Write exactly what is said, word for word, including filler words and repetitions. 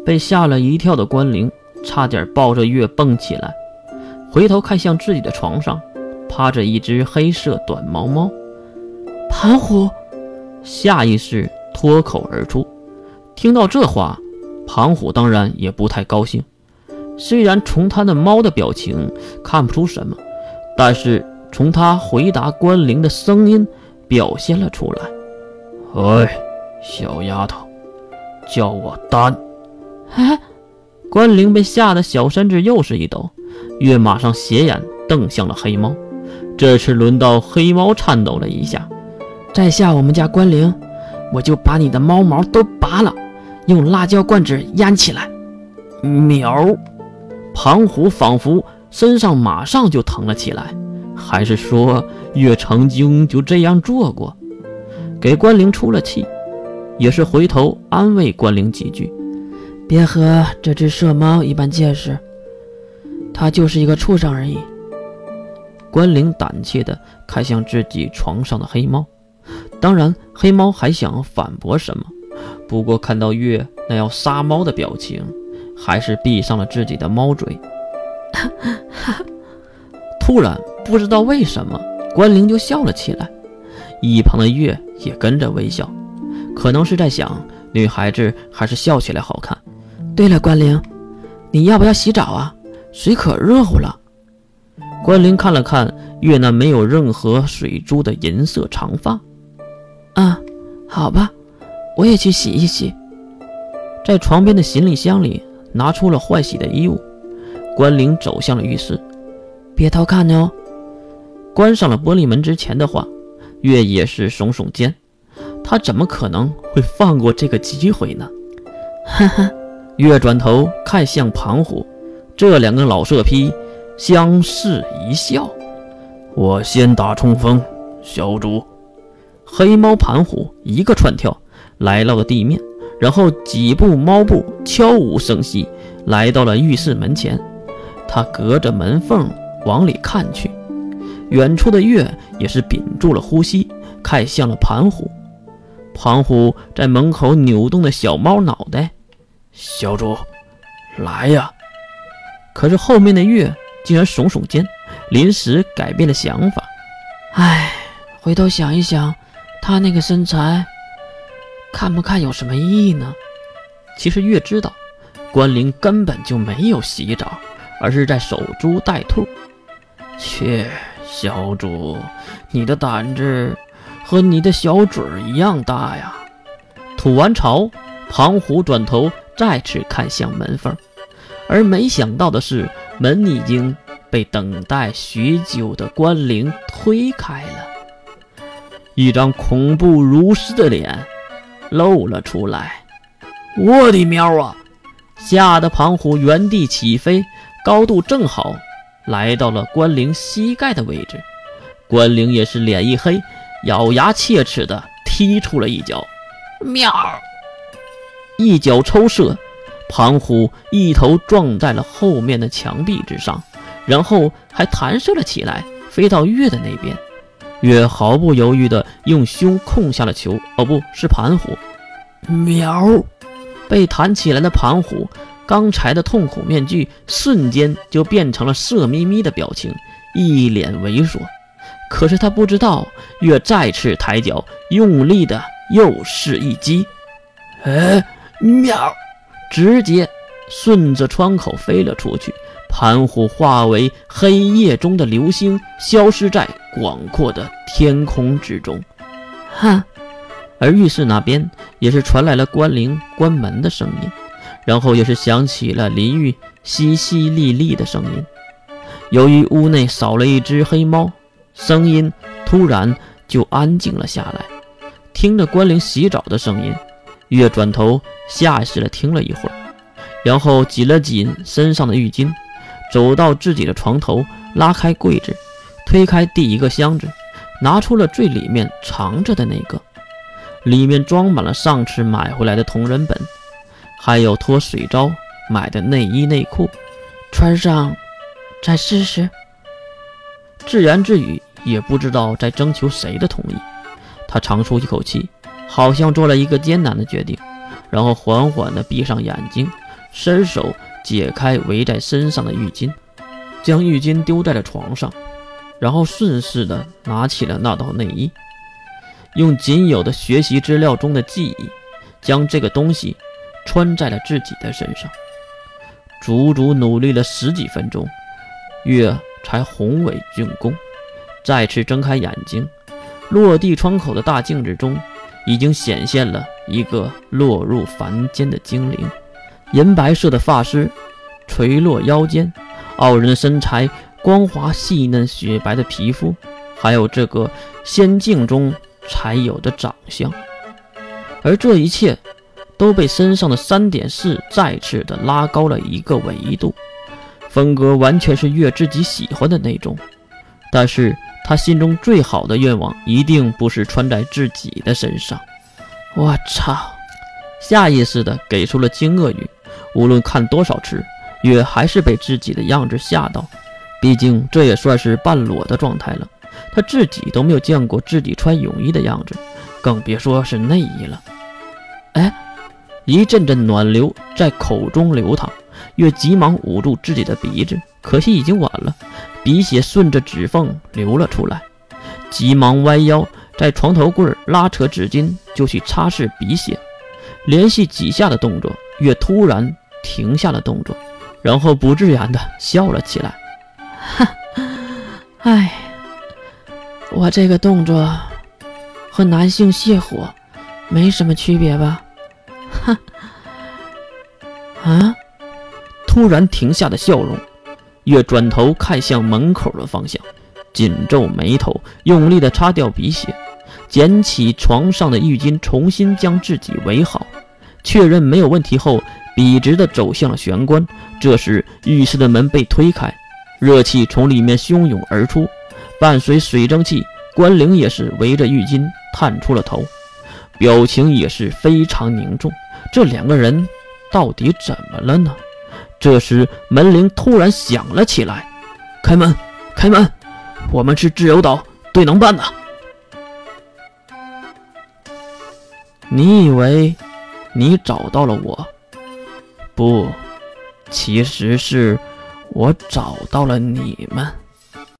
被吓了一跳的关灵差点抱着月蹦起来，回头看向自己的床上趴着一只黑色短毛猫。 盘虎， 下意识脱口而出。听到这话，庞虎当然也不太高兴，虽然从他的猫的表情看不出什么，但是从他回答关灵的声音表现了出来。哎，小丫头，叫我丹。 哎， 关灵被吓得小身子又是一抖，月马上斜眼瞪向了黑猫。这次轮到黑猫颤抖了一下。 再吓我们家关灵，我就把你的猫毛都拔了，用辣椒罐子腌起来。 喵！庞虎仿佛身上马上就疼了起来，还是说月曾经就这样做过？给关灵出了气，也是回头安慰关灵几句。 别和这只色猫一般见识，它就是一个畜生而已。 关灵胆怯地看向自己床上的黑猫，当然黑猫还想反驳什么，不过看到月那要杀猫的表情，还是闭上了自己的猫嘴。突然不知道为什么关灵就笑了起来，一旁的月也跟着微笑，可能是在想女孩子还是笑起来好看。 对了，关灵，你要不要洗澡啊？水可热乎了。 关灵看了看月那没有任何水珠的银色长发。 啊，好吧，我也去洗一洗。 在床边的行李箱里拿出了换洗的衣物，关灵走向了浴室。 别偷看哦。 关上了玻璃门之前的话，月也是耸耸肩，他怎么可能会放过这个机会呢？ 哈哈。 月转头看向庞虎，这两个老色批相视一笑。我先打冲锋，小主。黑猫盘虎一个窜跳来到了地面，然后几步猫步悄无声息来到了浴室门前。他隔着门缝往里看去，远处的月也是屏住了呼吸，看向了盘虎。盘虎在门口扭动的小猫脑袋，小主，来呀！可是后面的月竟然耸耸肩，临时改变了想法。 唉，回头想一想，他那个身材，看不看有什么意义呢？ 其实月知道，关灵根本就没有洗澡，而是在守株待兔。切，小主，你的胆子和你的小嘴一样大呀！吐完槽，庞虎转头再次看向门缝，而没想到的是，门已经被等待许久的关灵推开了，一张恐怖如斯的脸露了出来。我的喵啊！吓得庞虎原地起飞，高度正好来到了关灵膝盖的位置。关灵也是脸一黑，咬牙切齿地踢出了一脚。喵！一脚抽射，庞虎一头撞在了后面的墙壁之上，然后还弹射了起来，飞到月的那边。月毫不犹豫地用胸控下了球，哦不是盘虎。喵！被弹起来的盘虎刚才的痛苦面具瞬间就变成了色眯眯的表情，一脸猥琐。可是他不知道，月再次抬脚用力的又是一击，哎，喵！直接顺着窗口飞了出去，盘虎化为黑夜中的流星，消失在广阔的天空之中。 哼！ 而浴室那边也是传来了关灵关门的声音，然后也是响起了淋浴淅淅沥沥的声音。由于屋内少了一只黑猫，声音突然就安静了下来。听着关灵洗澡的声音，月转头下意识地听了一会儿，然后紧了紧身上的浴巾，走到自己的床头，拉开柜子，推开第一个箱子，拿出了最里面藏着的那个，里面装满了上次买回来的同人本，还有脱水皂买的内衣内裤， 穿上再试试。 自言自语，也不知道在征求谁的同意。他长出一口气，好像做了一个艰难的决定，然后缓缓地闭上眼睛， 伸手解开围在身上的浴巾，将浴巾丢在了床上，然后顺势的拿起了那套内衣，用仅有的学习资料中的记忆，将这个东西穿在了自己的身上。足足努力了十几分钟，月才宏伟竣工。再次睁开眼睛，落地窗口的大镜子中已经显现了一个落入凡间的精灵。银白色的发丝垂落腰间，傲人的身材，光滑细嫩雪白的皮肤，还有这个仙境中才有的长相。而这一切都被身上的三点式再次的拉高了一个维度，风格完全是月自己喜欢的那种。但是他心中最好的愿望一定不是穿在自己的身上。我操！下意识的给出了惊愕语。无论看多少次，月还是被自己的样子吓到。毕竟这也算是半裸的状态了，他自己都没有见过自己穿泳衣的样子，更别说是内衣了。哎，一阵阵暖流在口中流淌，月急忙捂住自己的鼻子，可惜已经晚了，鼻血顺着指缝流了出来。急忙弯腰在床头柜拉扯纸巾，就去擦拭鼻血。连续几下的动作，月突然停下了动作，然后不自然的笑了起来。 哈，哎，我这个动作和男性泻火没什么区别吧？哈，啊！ 突然停下的笑容，月转头看向门口的方向，紧皱眉头，用力的擦掉鼻血，捡起床上的浴巾，重新将自己围好，确认没有问题后，笔直的走向了玄关。这时浴室的门被推开，热气从里面汹涌而出，伴随水蒸气，关灵也是围着浴巾探出了头，表情也是非常凝重。这两个人到底怎么了呢？这时门铃突然响了起来，开门开门，我们是自由岛队能办的。你以为你找到了我？不，其实是我找到了你们。